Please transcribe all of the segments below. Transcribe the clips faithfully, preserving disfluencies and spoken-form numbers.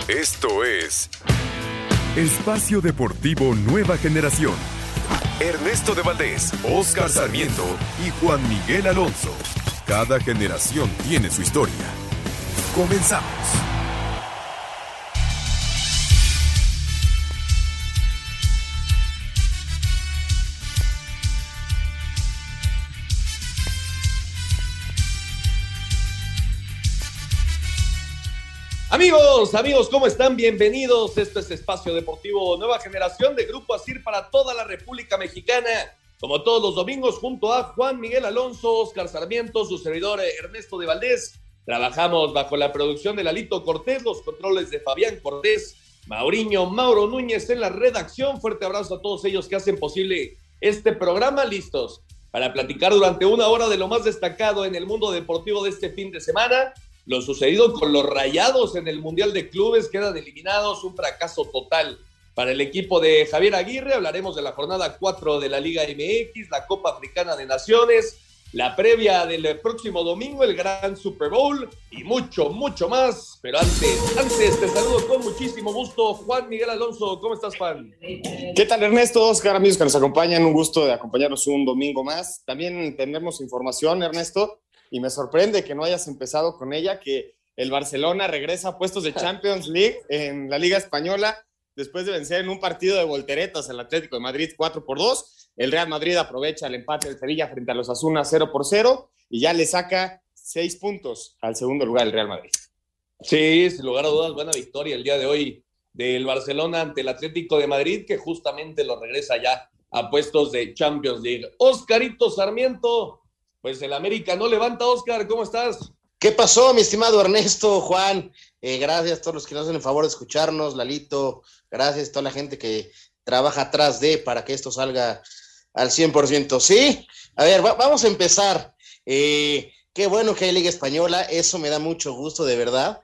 Esto es Espacio Deportivo Nueva Generación. Ernesto de Valdés, Oscar Sarmiento y Juan Miguel Alonso. Cada generación tiene su historia. Comenzamos. Amigos, amigos, ¿cómo están? Bienvenidos. Esto es Espacio Deportivo Nueva Generación de Grupo ASIR para toda la República Mexicana. Como todos los domingos, junto a Juan Miguel Alonso, Oscar Sarmiento, su servidor Ernesto de Valdés. Trabajamos bajo la producción de Lalito Cortés, los controles de Fabián Cortés, Mauriño, Mauro Núñez en la redacción. Fuerte abrazo a todos ellos que hacen posible este programa. Listos para platicar durante una hora de lo más destacado en el mundo deportivo de este fin de semana. Lo sucedido con los Rayados en el Mundial de Clubes, quedan eliminados, un fracaso total para el equipo de Javier Aguirre. Hablaremos de la jornada cuatro de la Liga M X, la Copa Africana de Naciones, la previa del próximo domingo, el gran Super Bowl y mucho, mucho más. Pero antes, antes te saludo con muchísimo gusto, Juan Miguel Alonso. ¿Cómo estás, Juan? ¿Qué tal, Ernesto? Oscar, amigos que nos acompañan, un gusto de acompañarnos un domingo más. También tenemos información, Ernesto, y me sorprende que no hayas empezado con ella, que el Barcelona regresa a puestos de Champions League en la Liga Española después de vencer en un partido de volteretas al Atlético de Madrid cuatro por dos. El Real Madrid aprovecha el empate del Sevilla frente a los Osasuna cero por cero y ya le saca seis puntos al segundo lugar el Real Madrid. Sí, sin lugar a dudas, buena victoria el día de hoy del Barcelona ante el Atlético de Madrid, que justamente lo regresa ya a puestos de Champions League. Oscarito Sarmiento, pues el América no levanta. Oscar, ¿cómo estás? ¿Qué pasó, mi estimado Ernesto, Juan? Eh, gracias a todos los que nos hacen el favor de escucharnos, Lalito, gracias a toda la gente que trabaja atrás de para que esto salga al cien por ciento. Sí, a ver, va, vamos a empezar. Eh, qué bueno que hay Liga Española, eso me da mucho gusto, de verdad.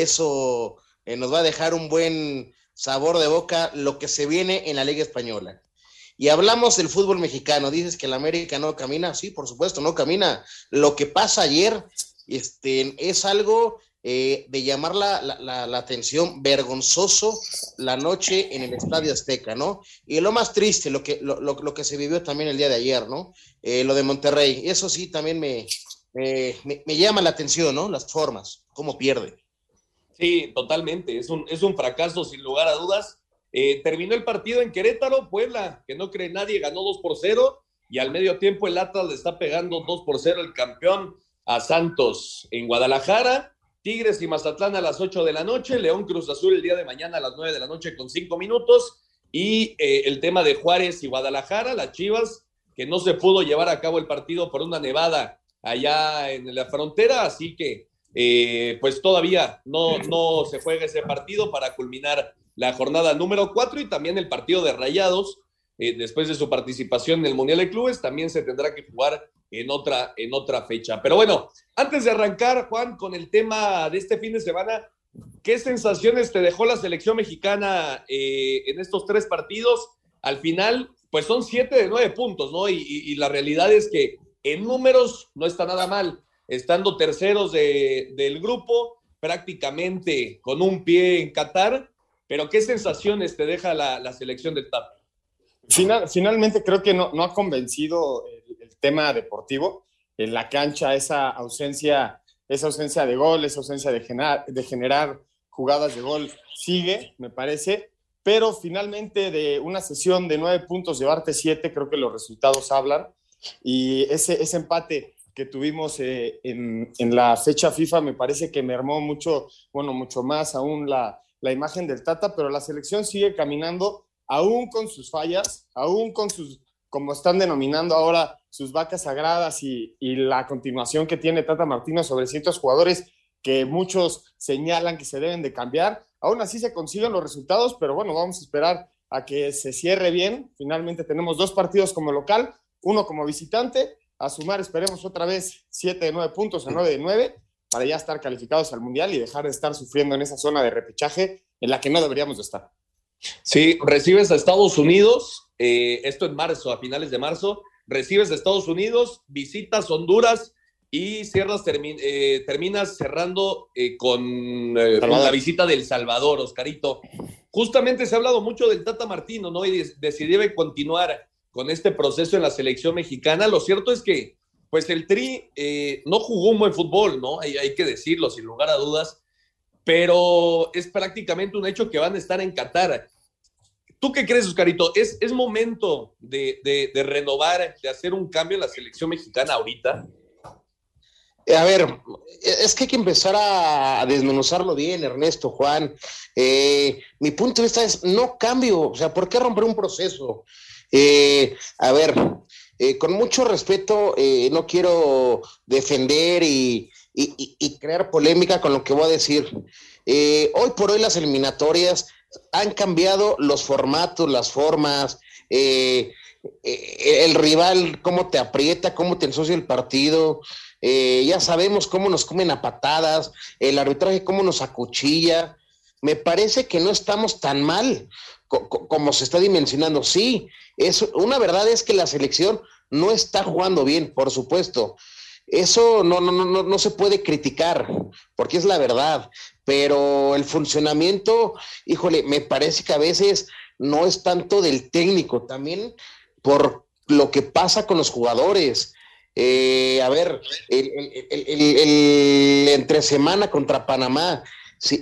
Eso eh, nos va a dejar un buen sabor de boca lo que se viene en la Liga Española. Y hablamos del fútbol mexicano, dices que el América no camina, sí, por supuesto, no camina. Lo que pasa ayer este, es algo eh, de llamar la, la, la atención, vergonzoso la noche en el Estadio Azteca, ¿no? Y lo más triste, lo que, lo, lo, lo que se vivió también el día de ayer, ¿no? Eh, lo de Monterrey, eso sí también me, me, me, me llama la atención, ¿no? Las formas, cómo pierde. Sí, totalmente, es un, es un fracaso sin lugar a dudas. Eh, terminó el partido en Querétaro, Puebla, que no cree nadie, ganó dos por cero, y al medio tiempo el Atlas le está pegando dos por cero el campeón a Santos. En Guadalajara, Tigres y Mazatlán a las ocho de la noche, León Cruz Azul el día de mañana a las nueve de la noche con cinco minutos, y eh, el tema de Juárez y Guadalajara, las Chivas, que no se pudo llevar a cabo el partido por una nevada allá en la frontera, así que eh, pues todavía no, no se juega ese partido para culminar la jornada número cuatro, y también el partido de Rayados, eh, después de su participación en el Mundial de Clubes, también se tendrá que jugar en otra, en otra fecha. Pero bueno, antes de arrancar, Juan, con el tema de este fin de semana, ¿qué sensaciones te dejó la selección mexicana eh, en estos tres partidos? Al final, pues son siete de nueve puntos, ¿no? Y, y, y la realidad es que en números no está nada mal, estando terceros de, del grupo, prácticamente con un pie en Qatar. Pero ¿qué sensaciones te deja la, la selección del Tata? Final, finalmente creo que no, no ha convencido el, el tema deportivo. En la cancha esa ausencia, esa ausencia de gol, esa ausencia de generar, de generar jugadas de gol sigue, me parece. Pero finalmente de una sesión de nueve puntos llevarte siete, creo que los resultados hablan. Y ese, ese empate que tuvimos eh, en, en la fecha FIFA me parece que mermó mucho, bueno, mucho más aún la la imagen del Tata, pero la selección sigue caminando aún con sus fallas, aún con sus, como están denominando ahora, sus vacas sagradas y, y la continuación que tiene Tata Martino sobre ciertos jugadores que muchos señalan que se deben de cambiar. Aún así se consiguen los resultados, pero bueno, vamos a esperar a que se cierre bien. Finalmente tenemos dos partidos como local, uno como visitante, a sumar esperemos otra vez siete de nueve puntos a nueve de nueve, para ya estar calificados al Mundial y dejar de estar sufriendo en esa zona de repechaje en la que no deberíamos de estar. Sí, recibes a Estados Unidos, eh, esto en marzo, a finales de marzo, recibes a Estados Unidos, visitas Honduras, y cierras, termi eh, terminas cerrando eh, con, eh, con la visita del Salvador, Oscarito. Justamente se ha hablado mucho del Tata Martino, ¿no? Y de si debe continuar con este proceso en la selección mexicana. Lo cierto es que, pues el Tri eh, no jugó un buen fútbol, ¿no? Hay, hay que decirlo, sin lugar a dudas, pero es prácticamente un hecho que van a estar en Qatar. ¿Tú qué crees, Oscarito? ¿Es, es momento de, de, de renovar, de hacer un cambio en la selección mexicana ahorita? A ver, es que hay que empezar a desmenuzarlo bien, Ernesto, Juan. Eh, mi punto de vista es, no cambio, o sea, ¿por qué romper un proceso? Eh, a ver, eh, con mucho respeto, eh, no quiero defender y, y, y crear polémica con lo que voy a decir. Eh, hoy por hoy las eliminatorias han cambiado los formatos, las formas, eh, eh, el rival, cómo te aprieta, cómo te ensucia el partido. Eh, ya sabemos cómo nos comen a patadas, el arbitraje cómo nos acuchilla. Me parece que no estamos tan mal co co como se está dimensionando. Sí, es, una verdad es que la selección no está jugando bien, por supuesto. Eso no, no, no, no se puede criticar, porque es la verdad. Pero el funcionamiento, híjole, me parece que a veces no es tanto del técnico, también por lo que pasa con los jugadores. Eh, a ver, el, el, el, el, el entre semana contra Panamá, si,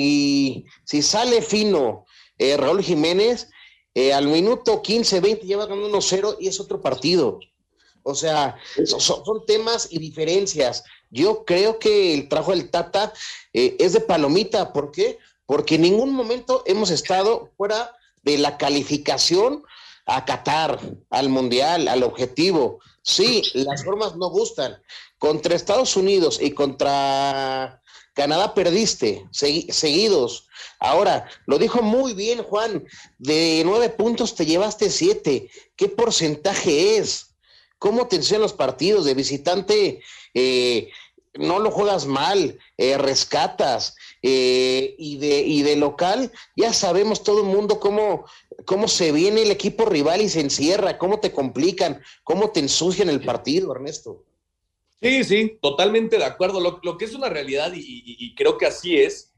si, si sale fino eh, Raúl Jiménez, eh, al minuto quince, veinte lleva ganando uno cero y es otro partido. O sea, son, son temas y diferencias. Yo creo que el trabajo del Tata eh, es de palomita. ¿Por qué? Porque en ningún momento hemos estado fuera de la calificación a Qatar, al Mundial, al objetivo. Sí, las formas no gustan. Contra Estados Unidos y contra Canadá perdiste, segui seguidos. Ahora, lo dijo muy bien Juan, de nueve puntos te llevaste siete. ¿Qué porcentaje es? ¿Cómo te enseñan los partidos? De visitante eh, no lo juegas mal, eh, rescatas, eh, y, de, y de local ya sabemos todo el mundo cómo, cómo se viene el equipo rival y se encierra, cómo te complican, cómo te ensucian el partido, Ernesto. Sí, sí, totalmente de acuerdo. Lo, lo que es una realidad, y, y, y creo que así es,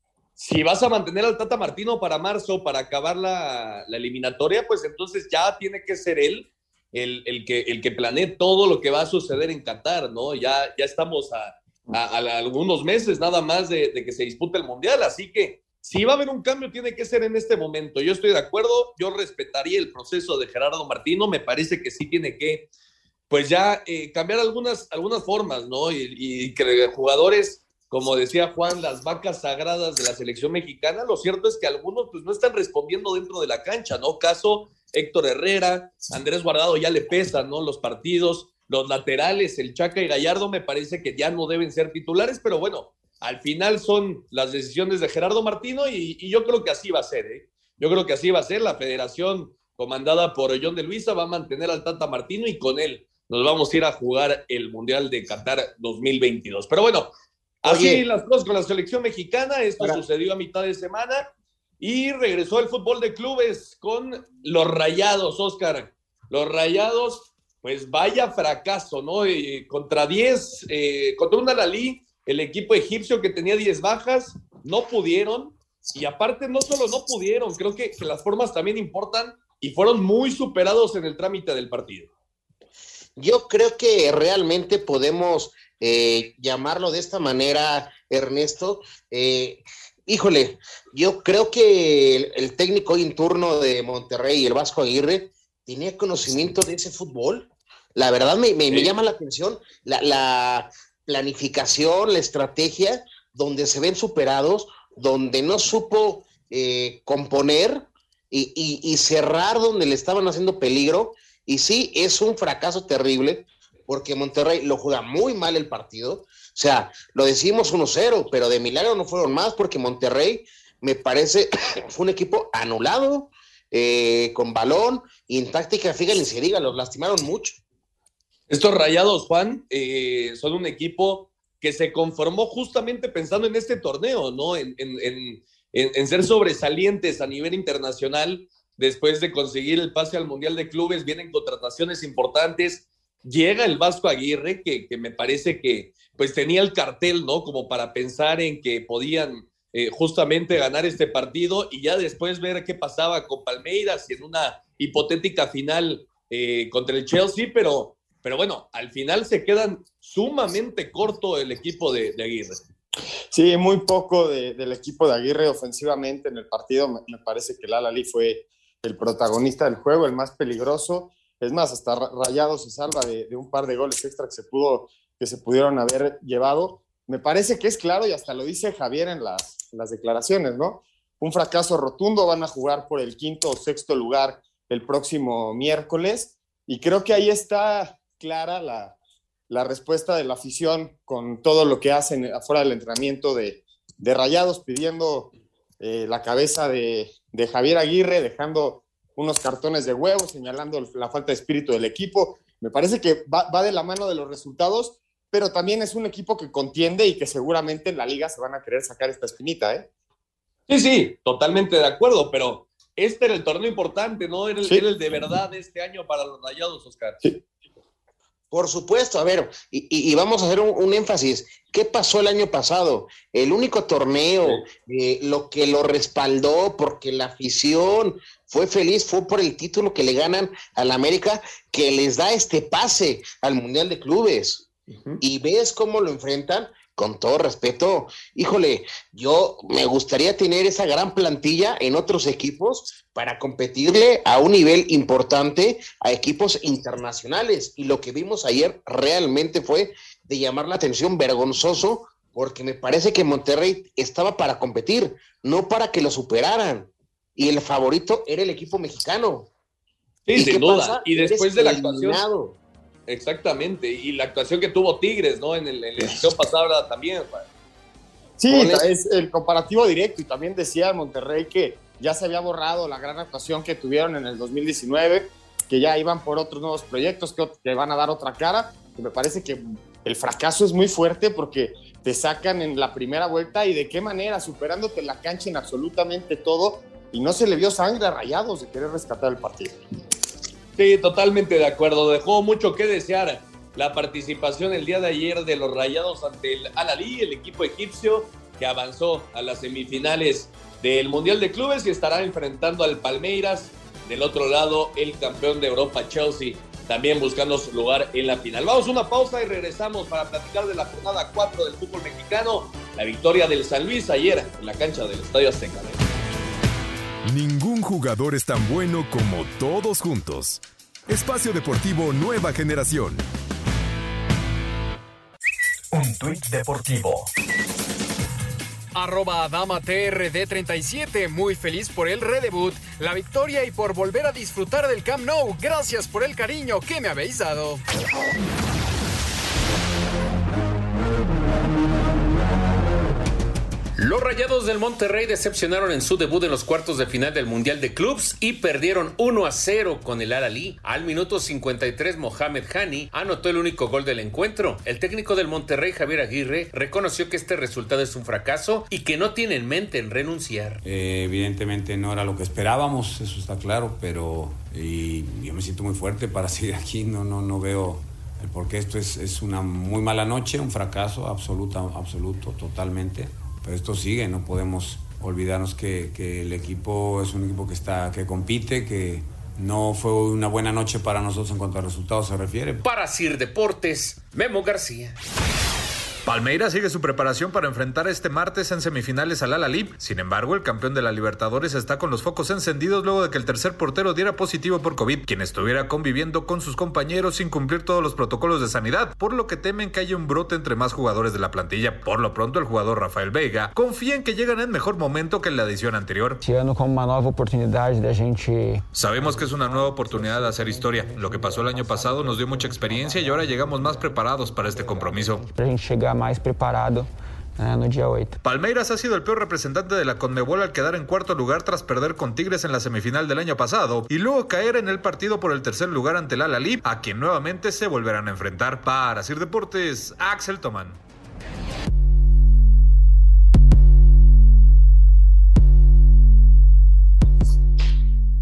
si vas a mantener al Tata Martino para marzo, para acabar la, la eliminatoria, pues entonces ya tiene que ser él el, el, que, el que planee todo lo que va a suceder en Qatar, ¿no? Ya, ya estamos a, a, a algunos meses nada más de, de que se dispute el Mundial, así que si va a haber un cambio, tiene que ser en este momento. Yo estoy de acuerdo, yo respetaría el proceso de Gerardo Martino, me parece que sí tiene que, pues ya eh, cambiar algunas, algunas formas, ¿no? Y, y que jugadores, como decía Juan, las vacas sagradas de la selección mexicana, lo cierto es que algunos pues no están respondiendo dentro de la cancha, ¿no? Caso Héctor Herrera, Andrés Guardado ya le pesan, ¿no? Los partidos, los laterales, el Chaca y Gallardo me parece que ya no deben ser titulares, pero bueno, al final son las decisiones de Gerardo Martino y, y yo creo que así va a ser, ¿eh? Yo creo que así va a ser. La federación comandada por John de Luisa va a mantener al Tata Martino y con él nos vamos a ir a jugar el Mundial de Qatar dos mil veintidós. Pero bueno, así Oye, las cosas con la selección mexicana. Esto para... sucedió a mitad de semana y regresó el fútbol de clubes con los Rayados, Oscar. Los Rayados, pues vaya fracaso, ¿no? Eh, contra diez, eh, contra un Al-Ahly, el equipo egipcio que tenía diez bajas, no pudieron. Y aparte, no solo no pudieron, creo que, que las formas también importan y fueron muy superados en el trámite del partido. Yo creo que realmente podemos eh, llamarlo de esta manera, Ernesto. Eh, híjole, yo creo que el, el técnico hoy en turno de Monterrey, el Vasco Aguirre, tenía conocimiento de ese fútbol. La verdad me, me, sí. me llama la atención la, la planificación, la estrategia, donde se ven superados, donde no supo eh, componer y, y, y cerrar donde le estaban haciendo peligro. Y sí, es un fracaso terrible, porque Monterrey lo juega muy mal el partido. O sea, lo decimos uno cero, pero de milagro no fueron más, porque Monterrey, me parece, fue un equipo anulado, eh, con balón, y en táctica, fíjate, se diga, los lastimaron mucho. Estos Rayados, Juan, eh, son un equipo que se conformó justamente pensando en este torneo, ¿no? En, en, en, en ser sobresalientes a nivel internacional. Después de conseguir el pase al Mundial de Clubes, vienen contrataciones importantes llega el Vasco Aguirre, que, que me parece que pues tenía el cartel, ¿no? Como para pensar en que podían eh, justamente ganar este partido y ya después ver qué pasaba con Palmeiras y en una hipotética final eh, contra el Chelsea, pero, pero bueno, al final se quedan sumamente corto el equipo de, de Aguirre. Sí, muy poco de, del equipo de Aguirre ofensivamente en el partido. Me, me parece que el Al-Ahly fue el protagonista del juego, el más peligroso. Es más, hasta Rayados se salva de, de un par de goles extra que se, pudo, que se pudieron haber llevado. Me parece que es claro y hasta lo dice Javier en las, las declaraciones, ¿no? Un fracaso rotundo, van a jugar por el quinto o sexto lugar el próximo miércoles y creo que ahí está clara la la respuesta de la afición con todo lo que hacen afuera del entrenamiento de, de Rayados, pidiendo eh, la cabeza de, de Javier Aguirre, dejando unos cartones de huevo, señalando la falta de espíritu del equipo. Me parece que va, va de la mano de los resultados, pero también es un equipo que contiende y que seguramente en la liga se van a querer sacar esta espinita, ¿eh? Sí, sí, totalmente de acuerdo, pero este era el torneo importante, ¿no? Era el, sí. era el de verdad de este año para los Rayados, Oscar. Sí. Por supuesto, a ver, y, y, y vamos a hacer un, un énfasis. ¿Qué pasó el año pasado? El único torneo, sí. eh, lo que lo respaldó, porque la afición fue feliz, fue por el título que le ganan al América, que les da este pase al Mundial de Clubes. Uh-huh. Y ves cómo lo enfrentan, con todo respeto. Híjole, yo me gustaría tener esa gran plantilla en otros equipos para competirle a un nivel importante a equipos internacionales. Y lo que vimos ayer realmente fue de llamar la atención, vergonzoso, porque me parece que Monterrey estaba para competir, no para que lo superaran. Y el favorito era el equipo mexicano. Sí, sin duda. Y después de la actuación... Exactamente, y la actuación que tuvo Tigres, ¿no? En, el, en la edición pasada también. Sí, es el comparativo directo, y también decía Monterrey que ya se había borrado la gran actuación que tuvieron en el dos mil diecinueve, que ya iban por otros nuevos proyectos que, que van a dar otra cara, y me parece que el fracaso es muy fuerte porque te sacan en la primera vuelta, y de qué manera, superándote en la cancha en absolutamente todo, y no se le vio sangre a Rayados de querer rescatar el partido. Sí, totalmente de acuerdo. Dejó mucho que desear la participación el día de ayer de los Rayados ante el Al-Ahly, el equipo egipcio que avanzó a las semifinales del Mundial de Clubes y estará enfrentando al Palmeiras. Del otro lado, el campeón de Europa, Chelsea, también buscando su lugar en la final. Vamos a una pausa y regresamos para platicar de la jornada cuatro del fútbol mexicano. La victoria del San Luis ayer en la cancha del Estadio Azteca. Ningún jugador es tan bueno como todos juntos. Espacio Deportivo Nueva Generación. Un tuit deportivo. Arroba Adama T R D treinta y siete, muy feliz por el redebut, la victoria y por volver a disfrutar del Camp Nou. Gracias por el cariño que me habéis dado. Los Rayados del Monterrey decepcionaron en su debut en los cuartos de final del Mundial de Clubs y perdieron uno a cero con el Al-Ahly. Al minuto cincuenta y tres, Mohamed Hani anotó el único gol del encuentro. El técnico del Monterrey, Javier Aguirre, reconoció que este resultado es un fracaso y que no tiene en mente en renunciar. Eh, evidentemente no era lo que esperábamos, eso está claro, pero y yo me siento muy fuerte para seguir aquí. No, no, no veo el por qué. Esto es, es una muy mala noche, un fracaso absoluto, absoluto, totalmente. Pero esto sigue, no podemos olvidarnos que, que el equipo es un equipo que está, que compite, que no fue una buena noche para nosotros en cuanto a resultados se refiere. Para Sir Deportes, Memo García. Palmeiras sigue su preparación para enfrentar este martes en semifinales al Al-Ahly. Sin embargo, el campeón de la Libertadores está con los focos encendidos luego de que el tercer portero diera positivo por COVID, quien estuviera conviviendo con sus compañeros sin cumplir todos los protocolos de sanidad, por lo que temen que haya un brote entre más jugadores de la plantilla. Por lo pronto, el jugador Rafael Veiga confía en que llegan en mejor momento que en la edición anterior. Sabemos que es una nueva oportunidad de hacer historia. Lo que pasó el año pasado nos dio mucha experiencia y ahora llegamos más preparados para este compromiso. más preparado eh, no día ocho. Palmeiras ha sido el peor representante de la Conmebol al quedar en cuarto lugar tras perder con Tigres en la semifinal del año pasado y luego caer en el partido por el tercer lugar ante el Al-Ahly, a quien nuevamente se volverán a enfrentar. Para Sir Deportes, Axel Tomán.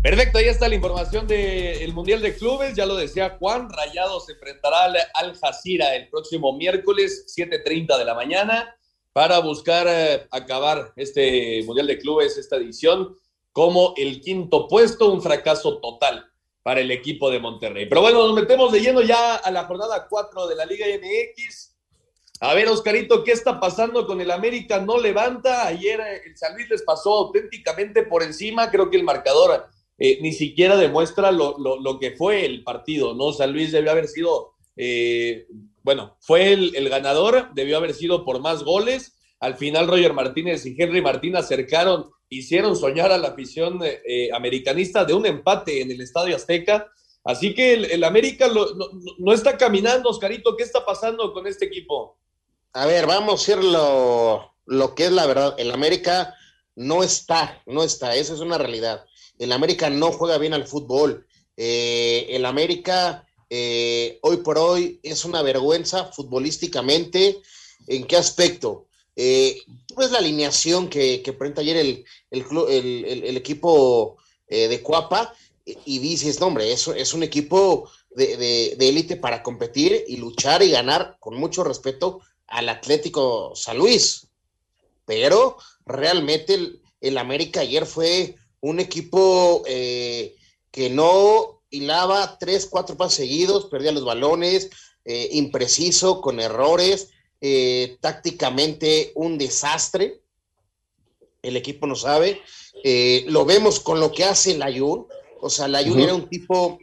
Perfecto, ahí está la información del Mundial de Clubes, ya lo decía Juan, Rayados se enfrentará al Al Jazeera el próximo miércoles, siete treinta de la mañana, para buscar eh, acabar este Mundial de Clubes, esta edición, como el quinto puesto, un fracaso total para el equipo de Monterrey. Pero bueno, nos metemos de lleno ya a la jornada cuatro de la Liga M X. A ver, Oscarito, ¿qué está pasando con el América? No levanta, ayer el San Luis les pasó auténticamente por encima, creo que el marcador eh, ni siquiera demuestra lo, lo, lo que fue el partido, ¿no? San Luis debió haber sido, eh, bueno, fue el, el ganador, debió haber sido por más goles. Al final Roger Martínez y Henry Martín acercaron, hicieron soñar a la afición eh, americanista de un empate en el Estadio Azteca. Así que el, el América lo, no, no está caminando, Oscarito. ¿Qué está pasando con este equipo? A ver, vamos a decir lo, lo que es la verdad. El América no está, no está, esa es una realidad. El América no juega bien al fútbol. Eh, el América eh, hoy por hoy es una vergüenza futbolísticamente. ¿En qué aspecto? Eh, tú ves la alineación que, que presenta ayer el, el, el, el, el equipo eh, de Cuapa y, y dices, no hombre, es, es un equipo de, de, de élite para competir y luchar y ganar con mucho respeto al Atlético San Luis, pero realmente el, el América ayer fue un equipo eh, que no hilaba tres, cuatro pases seguidos, perdía los balones, eh, impreciso, con errores, eh, tácticamente un desastre, el equipo no sabe, eh, lo vemos con lo que hace Layún, o sea, Layún uh-huh. era un tipo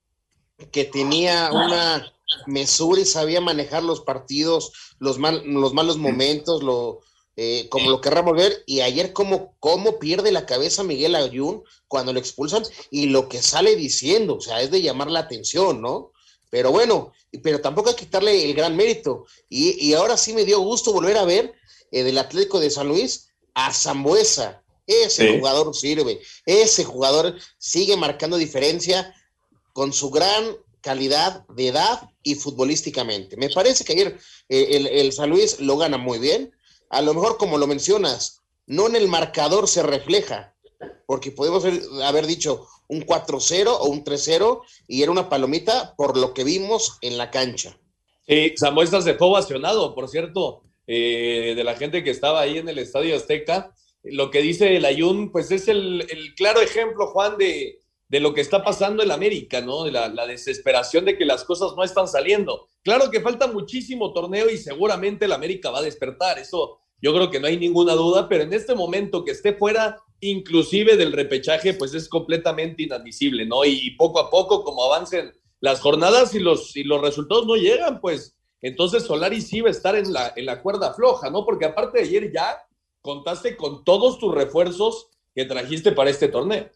que tenía una mesura y sabía manejar los partidos, los, mal, los malos momentos, lo, eh, como lo querramos ver, y ayer como, como pierde la cabeza Miguel Layún cuando lo expulsan, y lo que sale diciendo, o sea, es de llamar la atención, ¿no? Pero bueno, pero tampoco hay que quitarle el gran mérito, y, y ahora sí me dio gusto volver a ver eh, del Atlético de San Luis a Sambueza, ese sí. jugador sirve, ese jugador sigue marcando diferencia con su gran calidad de edad y futbolísticamente. Me parece que ayer eh, el, el San Luis lo gana muy bien. A lo mejor, como lo mencionas, no en el marcador se refleja, porque podemos haber dicho un cuatro cero o un tres cero y era una palomita por lo que vimos en la cancha. Sí, Sambueza se fue ovacionado, por cierto, eh, de la gente que estaba ahí en el Estadio Azteca. Lo que dice el Layún, pues es el, el claro ejemplo, Juan, de de lo que está pasando en América, ¿no? De la, la desesperación de que las cosas no están saliendo. Claro que falta muchísimo torneo y seguramente el América va a despertar, eso yo creo que no hay ninguna duda, pero en este momento que esté fuera inclusive del repechaje, pues es completamente inadmisible, ¿no? Y, y poco a poco, como avancen las jornadas y los, y los resultados no llegan, pues entonces Solari sí va a estar en la, en la cuerda floja, ¿no? Porque aparte de ayer ya contaste con todos tus refuerzos que trajiste para este torneo.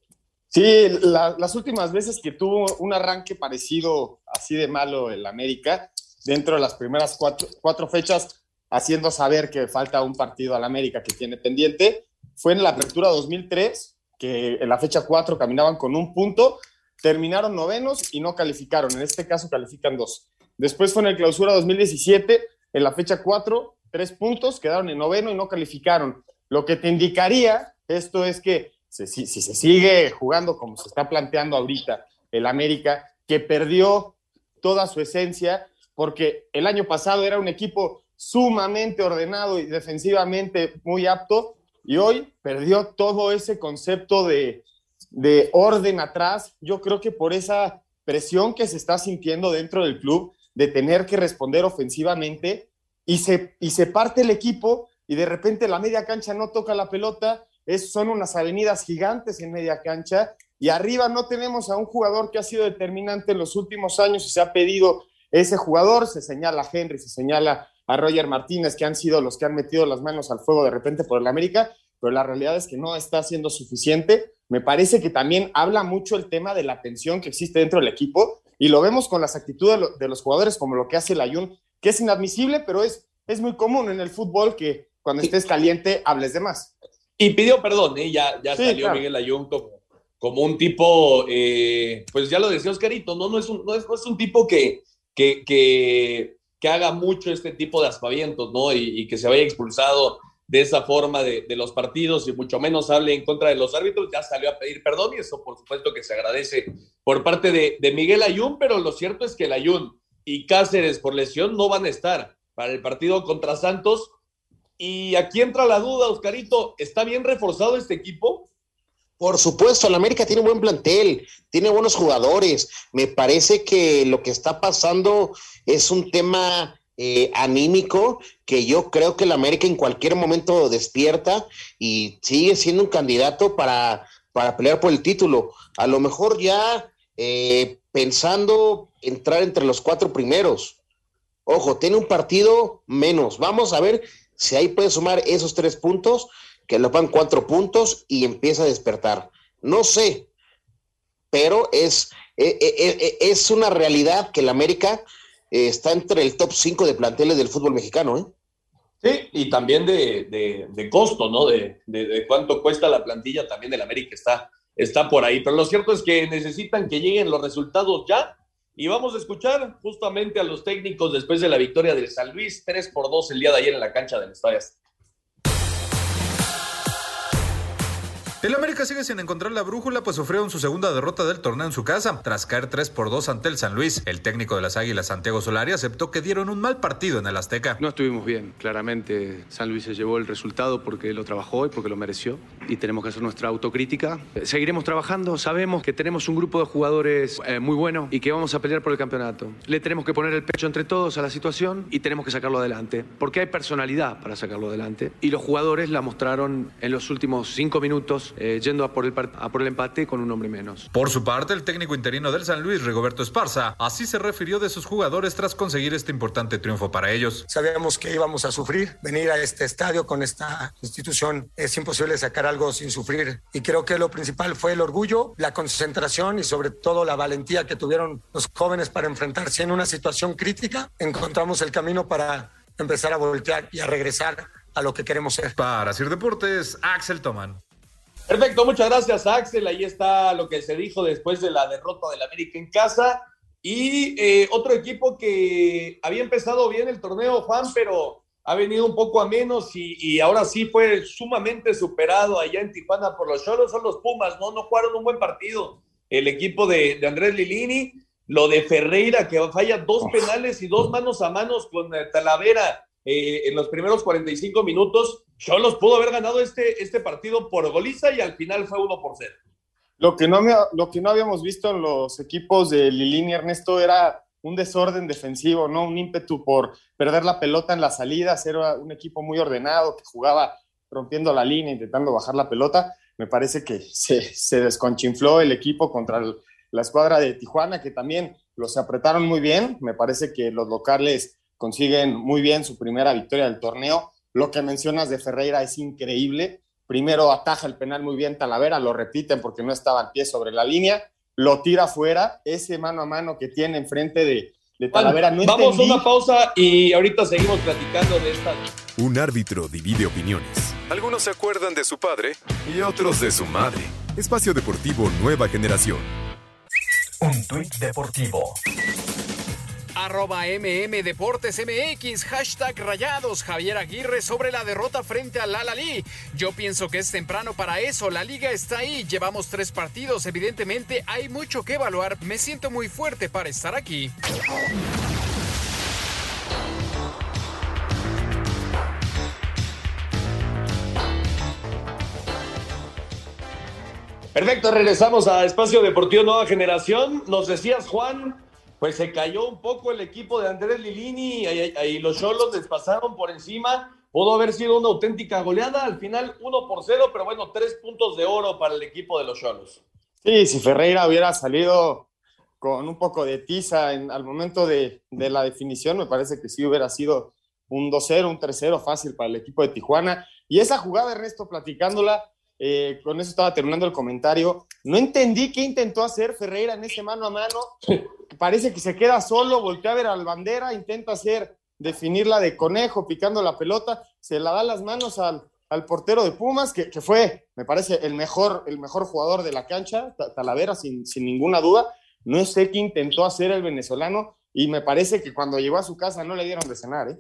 Sí, la, las últimas veces que tuvo un arranque parecido, así de malo el América, dentro de las primeras cuatro, cuatro fechas, haciendo saber que falta un partido al América que tiene pendiente, fue en la apertura dos mil tres, que en la fecha cuatro caminaban con un punto, terminaron novenos y no calificaron, en este caso califican dos. Después fue en el clausura dos mil diecisiete, en la fecha cuatro, tres puntos, quedaron en noveno y no calificaron. Lo que te indicaría esto es que Si, si, si se sigue jugando como se está planteando ahorita el América, que perdió toda su esencia, porque el año pasado era un equipo sumamente ordenado y defensivamente muy apto, y hoy perdió todo ese concepto de, de orden atrás. Yo creo que por esa presión que se está sintiendo dentro del club, de tener que responder ofensivamente, y se, y se parte el equipo, y de repente la media cancha no toca la pelota. Es, son unas avenidas gigantes en media cancha y arriba no tenemos a un jugador que ha sido determinante en los últimos años y se ha pedido ese jugador, se señala a Henry, se señala a Roger Martínez, que han sido los que han metido las manos al fuego de repente por el América, pero la realidad es que no está siendo suficiente. Me parece que también habla mucho el tema de la tensión que existe dentro del equipo y lo vemos con las actitudes de, lo, de los jugadores, como lo que hace Layún, que es inadmisible, pero es, es muy común en el fútbol que cuando estés caliente hables de más. Y pidió perdón, ¿eh? ya, ya sí, salió claro. Miguel Layún como, como un tipo, eh, pues ya lo decía Oscarito, no, no, es, un, no, es, no es un tipo que, que, que, que haga mucho este tipo de aspavientos, ¿no? Y, y que se vaya expulsado de esa forma de, de los partidos y mucho menos hable en contra de los árbitros, ya salió a pedir perdón y eso por supuesto que se agradece por parte de, de Miguel Layún, pero lo cierto es que Layún y Cáceres por lesión no van a estar para el partido contra Santos. Y aquí entra la duda, Oscarito, ¿está bien reforzado este equipo? Por supuesto, el América tiene un buen plantel, tiene buenos jugadores. Me parece que lo que está pasando es un tema eh, anímico que yo creo que el América en cualquier momento despierta y sigue siendo un candidato para, para pelear por el título. A lo mejor ya eh, pensando entrar entre los cuatro primeros. Ojo, tiene un partido menos. Vamos a ver si ahí puede sumar esos tres puntos, que le van cuatro puntos y empieza a despertar. No sé, pero es, es, es una realidad que el América eh, está entre el top cinco de planteles del fútbol mexicano, ¿eh? Sí, y también de, de, de costo, ¿no? De, de, de cuánto cuesta la plantilla también del América está, está por ahí. Pero lo cierto es que necesitan que lleguen los resultados ya. Y vamos a escuchar justamente a los técnicos después de la victoria del San Luis, tres por dos el día de ayer en la cancha del Estadio Azteca. El América sigue sin encontrar la brújula, pues sufrieron su segunda derrota del torneo en su casa, tras caer tres por dos ante el San Luis. El técnico de las Águilas, Santiago Solari, aceptó que dieron un mal partido en el Azteca. No estuvimos bien, claramente San Luis se llevó el resultado porque lo trabajó y porque lo mereció, y tenemos que hacer nuestra autocrítica. Seguiremos trabajando, sabemos que tenemos un grupo de jugadores eh, muy bueno y que vamos a pelear por el campeonato. Le tenemos que poner el pecho entre todos a la situación y tenemos que sacarlo adelante, porque hay personalidad para sacarlo adelante, y los jugadores la mostraron en los últimos cinco minutos, Eh, yendo a por, el, a por el empate con un hombre menos. Por su parte, el técnico interino del San Luis, Rigoberto Esparza, así se refirió de sus jugadores tras conseguir este importante triunfo para ellos. Sabíamos que íbamos a sufrir, venir a este estadio con esta institución, es imposible sacar algo sin sufrir, y creo que lo principal fue el orgullo, la concentración y sobre todo la valentía que tuvieron los jóvenes para enfrentarse en una situación crítica. Encontramos el camino para empezar a voltear y a regresar a lo que queremos ser. Para Sir Deportes, Axel Tomán. Perfecto, muchas gracias, Axel. Ahí está lo que se dijo después de la derrota del América en casa. Y eh, otro equipo que había empezado bien el torneo, Juan, pero ha venido un poco a menos y, y ahora sí fue sumamente superado allá en Tijuana por los Xolos, son los Pumas, ¿no? No jugaron un buen partido. El equipo de, de Andrés Lilini, lo de Ferreira, que falla dos penales y dos manos a manos con eh, Talavera eh, en los primeros cuarenta y cinco minutos. Xolos pudo haber ganado este, este partido por goliza y al final fue uno por cero. Lo que, no, lo que no habíamos visto en los equipos de Lilini, Ernesto, era un desorden defensivo, ¿no? Un ímpetu por perder la pelota en la salida, ser un equipo muy ordenado, que jugaba rompiendo la línea, intentando bajar la pelota. Me parece que se, se desconchinfló el equipo contra el, la escuadra de Tijuana, que también los apretaron muy bien. Me parece que los locales consiguen muy bien su primera victoria del torneo. Lo que mencionas de Ferreira es increíble. Primero ataja el penal muy bien Talavera, lo repiten porque no estaba al pie sobre la línea, lo tira afuera, ese mano a mano que tiene enfrente de, de Talavera. No Vamos entendí. a una pausa y ahorita seguimos platicando de esta. Un árbitro divide opiniones. Algunos se acuerdan de su padre y otros de su madre. Espacio Deportivo Nueva Generación. Un tuit deportivo. Arroba M M Deportes M X, hashtag Rayados, Javier Aguirre sobre la derrota frente al Al-Ahly. Yo pienso que es temprano para eso, la liga está ahí, llevamos tres partidos, evidentemente hay mucho que evaluar, me siento muy fuerte para estar aquí. Perfecto, regresamos a Espacio Deportivo Nueva Generación. Nos decías, Juan, pues se cayó un poco el equipo de Andrés Lilini y, y los Xolos les pasaron por encima. Pudo haber sido una auténtica goleada, al final uno por cero, pero bueno, tres puntos de oro para el equipo de los Xolos. Sí, si Ferreira hubiera salido con un poco de tiza en, al momento de, de la definición, me parece que sí hubiera sido un dos cero, un tres cero fácil para el equipo de Tijuana. Y esa jugada, Ernesto, platicándola, Eh, con eso estaba terminando el comentario, no entendí qué intentó hacer Ferreira en ese mano a mano, parece que se queda solo, voltea a ver al bandera, intenta hacer, definirla de conejo, picando la pelota, se la da las manos al, al portero de Pumas, que, que fue, me parece, el mejor, el mejor jugador de la cancha, Talavera, sin, sin ninguna duda. No sé qué intentó hacer el venezolano, y me parece que cuando llegó a su casa no le dieron de cenar, ¿eh?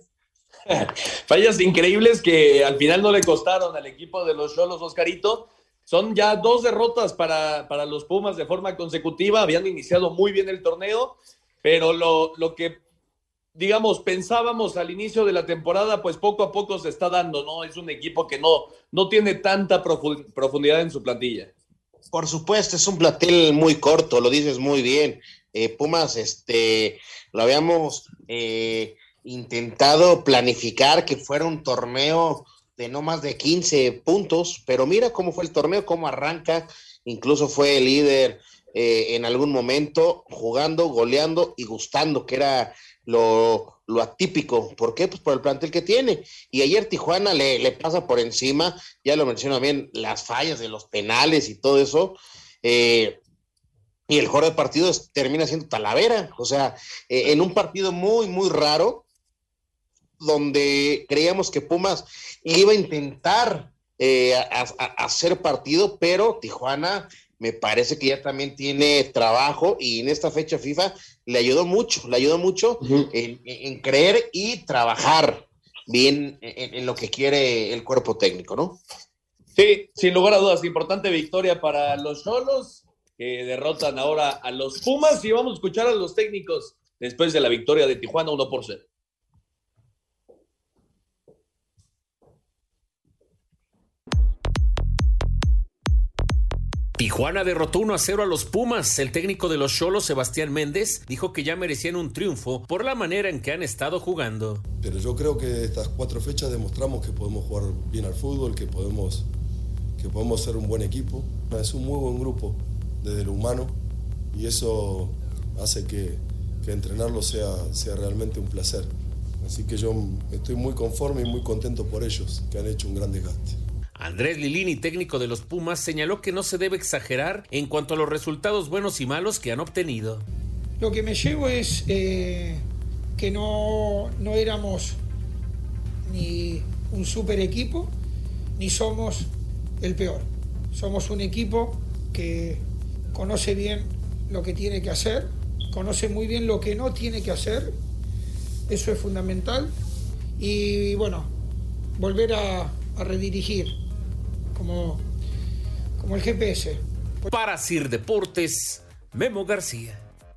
Fallas increíbles que al final no le costaron al equipo de los Xolos, Oscarito. Son ya dos derrotas para, para los Pumas de forma consecutiva. Habían iniciado muy bien el torneo, pero lo, lo que, digamos, pensábamos al inicio de la temporada, pues poco a poco se está dando, ¿no? Es un equipo que no, no tiene tanta profundidad en su plantilla. Por supuesto, es un plantel muy corto, lo dices muy bien. Eh, Pumas, este, lo habíamos eh, intentado planificar que fuera un torneo de no más de quince puntos, pero mira cómo fue el torneo, cómo arranca, incluso fue el líder eh, en algún momento, jugando, goleando y gustando, que era lo, lo atípico. ¿Por qué? Pues por el plantel que tiene. Y ayer Tijuana le, le pasa por encima, ya lo menciono bien, las fallas de los penales y todo eso, eh, y el juego de partidos termina siendo Talavera, o sea, eh, en un partido muy, muy raro, donde creíamos que Pumas iba a intentar eh, a, a, a hacer partido, pero Tijuana me parece que ya también tiene trabajo y en esta fecha FIFA le ayudó mucho, le ayudó mucho uh-huh. en, en creer y trabajar bien en, en lo que quiere el cuerpo técnico, ¿no? Sí, sin lugar a dudas, importante victoria para los Xolos, que derrotan ahora a los Pumas, y vamos a escuchar a los técnicos después de la victoria de Tijuana uno por cero. Tijuana derrotó uno a cero a los Pumas. El técnico de los Xolos, Sebastián Méndez, dijo que ya merecían un triunfo por la manera en que han estado jugando. Pero yo creo que estas cuatro fechas demostramos que podemos jugar bien al fútbol, que podemos, que podemos ser un buen equipo. Es un muy buen grupo desde lo humano y eso hace que, que entrenarlo sea, sea realmente un placer. Así que yo estoy muy conforme y muy contento por ellos, que han hecho un gran desgaste. Andrés Lilini, técnico de los Pumas, señaló que no se debe exagerar en cuanto a los resultados buenos y malos que han obtenido. Lo que me llevo es eh, que no, no éramos ni un super equipo, ni somos el peor. Somos un equipo que conoce bien lo que tiene que hacer, conoce muy bien lo que no tiene que hacer, eso es fundamental, y bueno, volver a, a redirigir. Como, como el G P S. Para Sir Deportes, Memo García.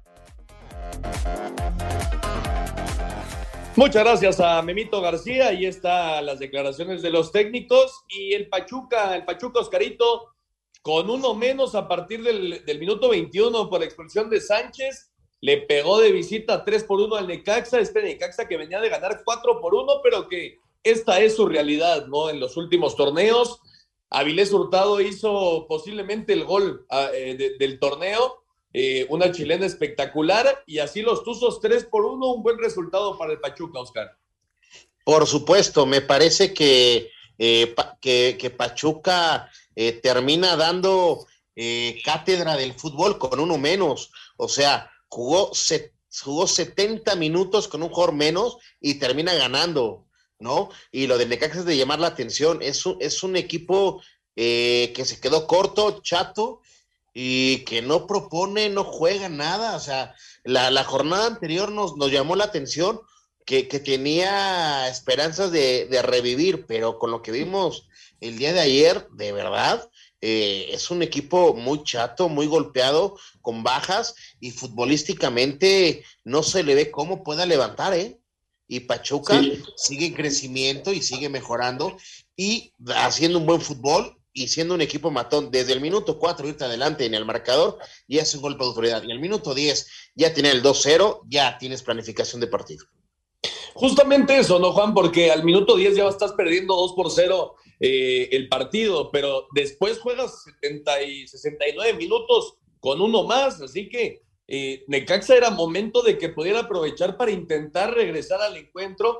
Muchas gracias a Memito García. Ahí están las declaraciones de los técnicos. Y el Pachuca, el Pachuca, Oscarito, con uno menos a partir del, del minuto veintiuno por la expulsión de Sánchez, le pegó de visita tres por uno al Necaxa. Este Necaxa que venía de ganar cuatro por uno, pero que esta es su realidad, ¿no? En los últimos torneos. Avilés Hurtado hizo posiblemente el gol eh, de, del torneo, eh, una chilena espectacular, y así los Tuzos tres por uno, un buen resultado para el Pachuca, Oscar. Por supuesto, me parece que, eh, pa, que, que Pachuca eh, termina dando eh, cátedra del fútbol con uno menos, o sea, jugó, se, jugó setenta minutos con un jugador menos y termina ganando, ¿no? Y lo del Necaxa es de llamar la atención, es un, es un equipo eh, que se quedó corto, chato, y que no propone, no juega nada, o sea, la, la jornada anterior nos, nos llamó la atención que, que tenía esperanzas de, de revivir, pero con lo que vimos el día de ayer, de verdad, eh, es un equipo muy chato, muy golpeado, con bajas, y futbolísticamente no se le ve cómo pueda levantar, ¿eh? Y Pachuca sí. sigue en crecimiento y sigue mejorando y haciendo un buen fútbol y siendo un equipo matón. Desde el minuto cuatro irte adelante en el marcador y hace un golpe de autoridad. Y el minuto diez ya tiene el dos cero, ya tienes planificación de partido. Justamente eso, ¿no, Juan? Porque al minuto diez ya estás perdiendo dos por cero eh, el partido, pero después juegas setenta y sesenta y nueve minutos con uno más, así que Eh, Necaxa era momento de que pudiera aprovechar para intentar regresar al encuentro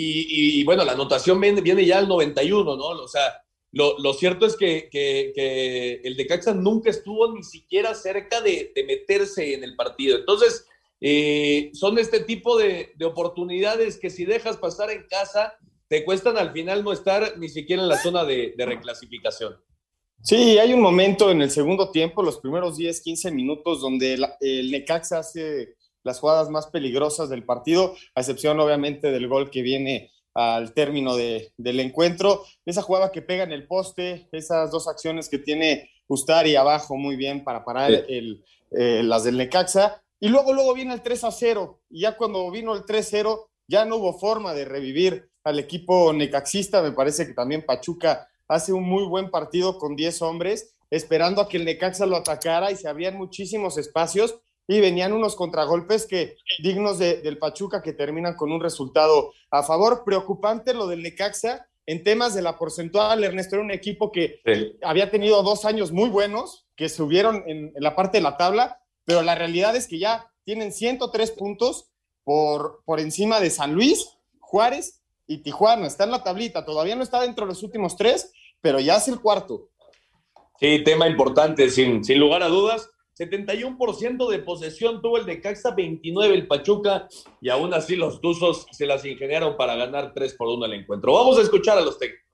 y, y bueno, la anotación viene, viene ya al noventa y uno, ¿no? O sea, lo, lo cierto es que, que, que el Necaxa nunca estuvo ni siquiera cerca de, de meterse en el partido. Entonces, eh, son este tipo de, de oportunidades que si dejas pasar en casa, te cuestan al final no estar ni siquiera en la zona de, de reclasificación. Sí, hay un momento en el segundo tiempo, los primeros diez, quince minutos, donde el, el Necaxa hace las jugadas más peligrosas del partido, a excepción obviamente del gol que viene al término de, del encuentro. Esa jugada que pega en el poste, esas dos acciones que tiene Ustari abajo muy bien para parar sí. el, eh, las del Necaxa. Y luego, luego viene el tres a cero. Y ya cuando vino el tres cero, ya no hubo forma de revivir al equipo necaxista. Me parece que también Pachuca hace un muy buen partido con diez hombres, esperando a que el Necaxa lo atacara y se abrían muchísimos espacios y venían unos contragolpes que dignos de, del Pachuca que terminan con un resultado a favor. Preocupante lo del Necaxa en temas de la porcentual. Ernesto, era un equipo que sí. había tenido dos años muy buenos, que subieron en, en la parte de la tabla, pero la realidad es que ya tienen ciento tres puntos por, por encima de San Luis, Juárez y Tijuana. Está en la tablita, todavía no está dentro de los últimos tres, pero ya es el cuarto. Sí, tema importante, sin, sin lugar a dudas. setenta y uno por ciento de posesión tuvo el Necaxa, veintinueve el Pachuca, y aún así los Tuzos se las ingeniaron para ganar tres por uno el encuentro. Vamos a escuchar a los técnicos.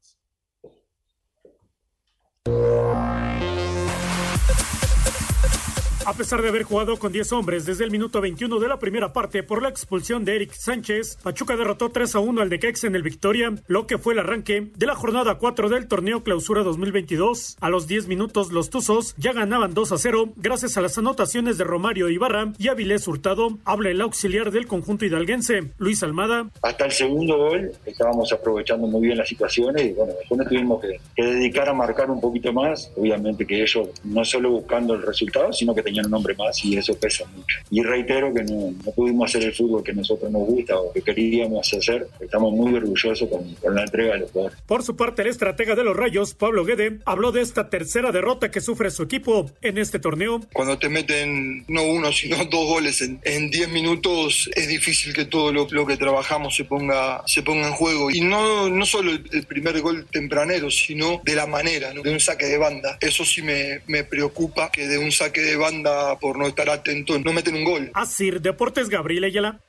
A pesar de haber jugado con diez hombres desde el minuto veintiuno de la primera parte por la expulsión de Eric Sánchez, Pachuca derrotó tres a uno al Necaxa en el Victoria, lo que fue el arranque de la jornada cuatro del torneo Clausura dos mil veintidós. A los diez minutos los Tuzos ya ganaban dos a cero gracias a las anotaciones de Romario Ibarra y Avilés Hurtado. Habla el auxiliar del conjunto hidalguense, Luis Almada. Hasta el segundo gol estábamos aprovechando muy bien las situaciones y bueno, después nos tuvimos que, que dedicar a marcar un poquito más. Obviamente que ellos no solo buscando el resultado, sino que tenían un hombre más y eso pesa mucho. Y reitero que no, no pudimos hacer el fútbol que nosotros nos gusta o que queríamos hacer. Estamos muy orgullosos con, con la entrega de los jugadores. Por su parte, el estratega de los Rayos, Pablo Guede, habló de esta tercera derrota que sufre su equipo en este torneo. Cuando te meten no uno, sino dos goles en, en diez minutos, es difícil que todo lo, lo que trabajamos se ponga, se ponga en juego. Y no, no solo el, el primer gol tempranero, sino de la manera, ¿no? De un saque de banda. Eso sí me, me preocupa, que de un saque de banda por no estar atento no meten un gol. Asir Deportes, Gabriel Ayala.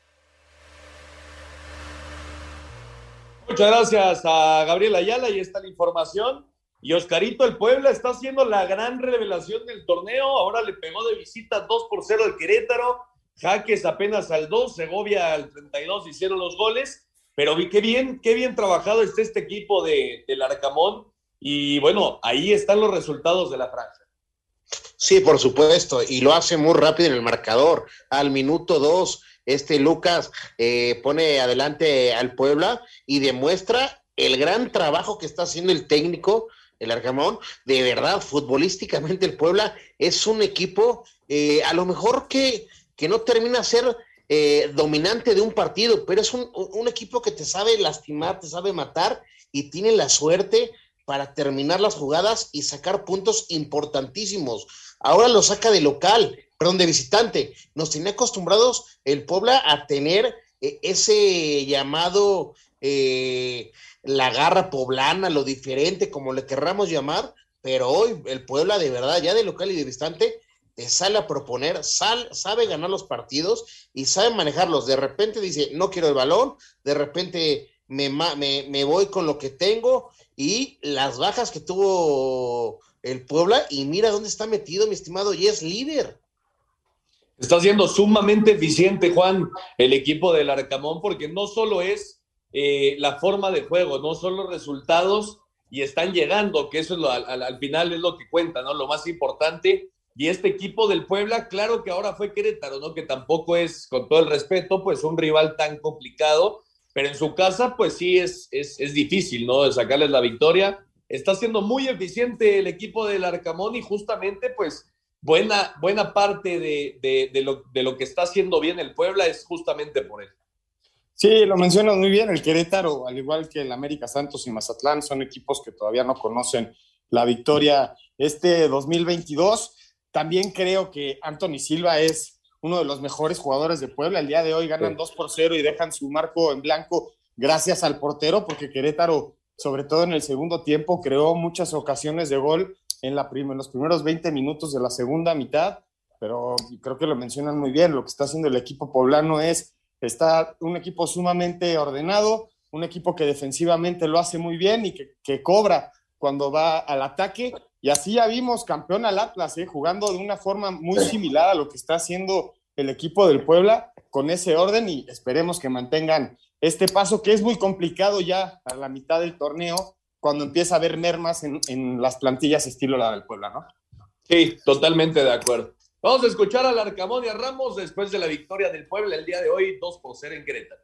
Muchas gracias a Gabriel Ayala, y está la información. Y Oscarito, el Puebla está haciendo la gran revelación del torneo. Ahora le pegó de visita dos por cero al Querétaro. Jaques apenas al dos, Segovia al treinta y dos hicieron los goles. Pero vi qué bien, qué bien trabajado está este equipo de, del Arcamón. Y bueno, ahí están los resultados de la franja. Sí, por supuesto, y lo hace muy rápido en el marcador. Al minuto dos, este Lucas eh, pone adelante al Puebla y demuestra el gran trabajo que está haciendo el técnico, el Arcamón. De verdad, futbolísticamente el Puebla es un equipo, eh, a lo mejor que, que no termina a ser eh, dominante de un partido, pero es un, un equipo que te sabe lastimar, te sabe matar y tiene la suerte para terminar las jugadas y sacar puntos importantísimos. Ahora lo saca de local, perdón, de visitante. Nos tenía acostumbrados el Puebla a tener eh, ese llamado, eh, la garra poblana, lo diferente, como le querramos llamar, pero hoy el Puebla de verdad, ya de local y de visitante, te sale a proponer, sal, sabe ganar los partidos y sabe manejarlos. De repente dice, no quiero el balón, de repente me, me, me voy con lo que tengo, y las bajas que tuvo el Puebla, y mira dónde está metido, mi estimado, y es líder. Está siendo sumamente eficiente, Juan, el equipo del Arcamón, porque no solo es eh, la forma de juego, no son los resultados, y están llegando, que eso es lo, al, al final es lo que cuenta, ¿no? Lo más importante. Y este equipo del Puebla, claro que ahora fue Querétaro, ¿no? Que tampoco es, con todo el respeto, pues un rival tan complicado, pero en su casa, pues sí es, es, es difícil, ¿no? De sacarles la victoria. Está siendo muy eficiente el equipo del Arcamón, y justamente, pues, buena, buena parte de, de, de, lo, de lo que está haciendo bien el Puebla es justamente por él. Sí, lo mencionas muy bien. El Querétaro, al igual que el América Santos y Mazatlán, son equipos que todavía no conocen la victoria este dos mil veintidós. También creo que Anthony Silva es uno de los mejores jugadores de Puebla. El día de hoy ganan dos por cero y dejan su marco en blanco gracias al portero, porque Querétaro, sobre todo en el segundo tiempo, creó muchas ocasiones de gol en, la prim- en los primeros veinte minutos de la segunda mitad, pero creo que lo mencionan muy bien. Lo que está haciendo el equipo poblano es, está un equipo sumamente ordenado, un equipo que defensivamente lo hace muy bien y que, que cobra cuando va al ataque. Y así ya vimos campeón al Atlas, ¿eh? Jugando de una forma muy similar a lo que está haciendo el equipo del Puebla, con ese orden, y esperemos que mantengan este paso que es muy complicado ya a la mitad del torneo, cuando empieza a haber mermas en, en las plantillas estilo la del Puebla, ¿no? Sí, totalmente de acuerdo. Vamos a escuchar al Arcamón y a Ramos después de la victoria del Puebla el día de hoy, dos por cero en Querétaro.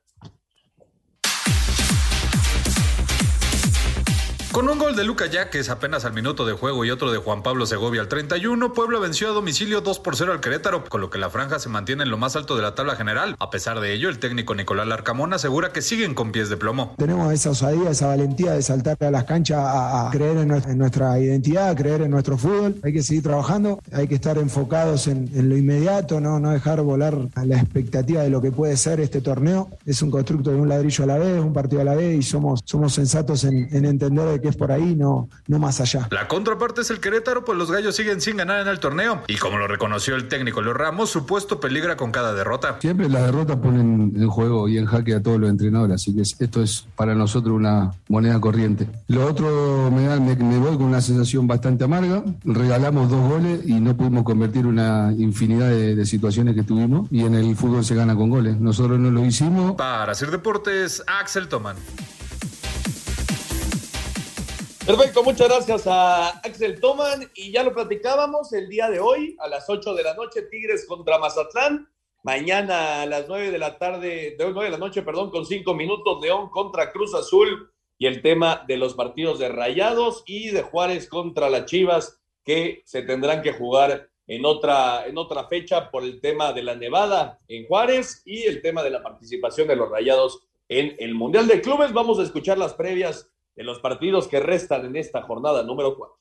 Con un gol de Luka Yaquez apenas al minuto de juego y otro de Juan Pablo Segovia al treinta y uno, Puebla venció a domicilio dos por cero al Querétaro, con lo que la franja se mantiene en lo más alto de la tabla general. A pesar de ello, el técnico Nicolás Larcamón asegura que siguen con pies de plomo. Tenemos esa osadía, esa valentía de saltar a las canchas a, a creer en nuestra, en nuestra identidad, a creer en nuestro fútbol. Hay que seguir trabajando, hay que estar enfocados en, en lo inmediato, no, no dejar volar a la expectativa de lo que puede ser este torneo. Es un constructo de un ladrillo a la vez, un partido a la vez, y somos, somos sensatos en, en entender de que es por ahí, no, no más allá. La contraparte es el Querétaro, pues los gallos siguen sin ganar en el torneo, y como lo reconoció el técnico Leo Ramos, su puesto peligra con cada derrota. Siempre las derrotas ponen en juego y en jaque a todos los entrenadores, así que esto es para nosotros una moneda corriente. Lo otro, me, da, me, me voy con una sensación bastante amarga. Regalamos dos goles y no pudimos convertir una infinidad de, de situaciones que tuvimos, y en el fútbol se gana con goles. Nosotros no lo hicimos. Para Sir Deportes, Axel Toman. Perfecto, muchas gracias a Axel Toman, y ya lo platicábamos el día de hoy a las ocho de la noche, Tigres contra Mazatlán. Mañana a las nueve de la tarde, de nueve de la noche, perdón, con cinco minutos, León contra Cruz Azul, y el tema de los partidos de Rayados y de Juárez contra las Chivas, que se tendrán que jugar en otra, en otra fecha por el tema de la nevada en Juárez y el tema de la participación de los Rayados en el Mundial de Clubes. Vamos a escuchar las previas de los partidos que restan en esta jornada número cuatro.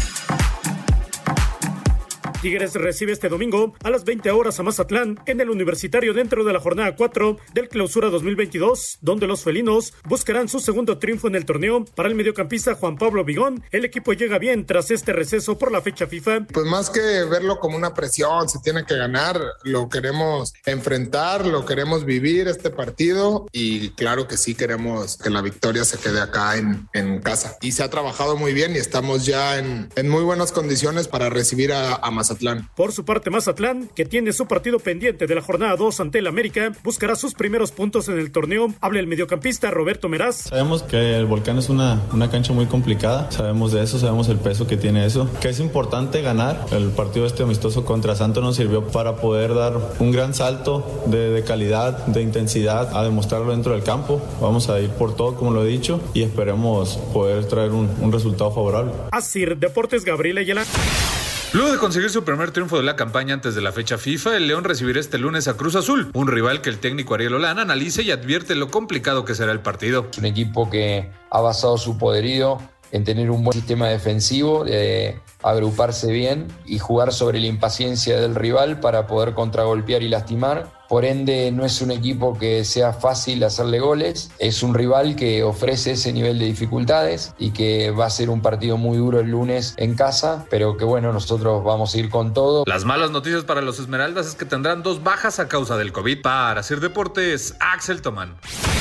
Tigres recibe este domingo a las veinte horas a Mazatlán en el Universitario dentro de la jornada cuatro del Clausura dos mil veintidós, donde los felinos buscarán su segundo triunfo en el torneo. Para el mediocampista Juan Pablo Vigón, el equipo llega bien tras este receso por la fecha FIFA. Pues más que verlo como una presión, se tiene que ganar, lo queremos enfrentar, lo queremos vivir este partido, y claro que sí queremos que la victoria se quede acá en, en casa. Y se ha trabajado muy bien y estamos ya en, en muy buenas condiciones para recibir a, a Mazatlán. Por su parte, Mazatlán, que tiene su partido pendiente de la jornada dos ante el América, buscará sus primeros puntos en el torneo. Habla el mediocampista Roberto Meraz. Sabemos que el Volcán es una, una cancha muy complicada, sabemos de eso, sabemos el peso que tiene eso, que es importante ganar. El partido este amistoso contra Santos nos sirvió para poder dar un gran salto de, de calidad, de intensidad, a demostrarlo dentro del campo. Vamos a ir por todo, como lo he dicho, y esperemos poder traer un, un resultado favorable. Asir Deportes, Gabriel Ayala. Luego de conseguir su primer triunfo de la campaña antes de la fecha FIFA, el León recibirá este lunes a Cruz Azul, un rival que el técnico Ariel Holán analiza y advierte lo complicado que será el partido. Un equipo que ha basado su poderío en tener un buen sistema defensivo, de agruparse bien y jugar sobre la impaciencia del rival para poder contragolpear y lastimar. Por ende, no es un equipo que sea fácil hacerle goles, es un rival que ofrece ese nivel de dificultades y que va a ser un partido muy duro el lunes en casa, pero que bueno, nosotros vamos a ir con todo. Las malas noticias para los Esmeraldas es que tendrán dos bajas a causa del COVID. Para Sir Deportes, Axel Tomán.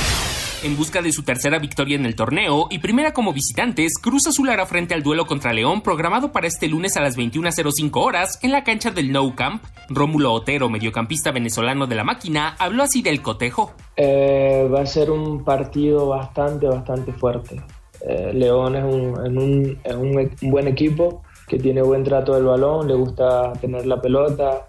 En busca de su tercera victoria en el torneo y primera como visitantes, Cruz Azul hará frente al duelo contra León, programado para este lunes a las veintiuna cero cinco horas en la cancha del Nou Camp. Rómulo Otero, mediocampista venezolano de la Máquina, habló así del cotejo. Eh, va a ser un partido bastante, bastante fuerte. Eh, León es, un, en un, es un, un buen equipo que tiene buen trato del balón, le gusta tener la pelota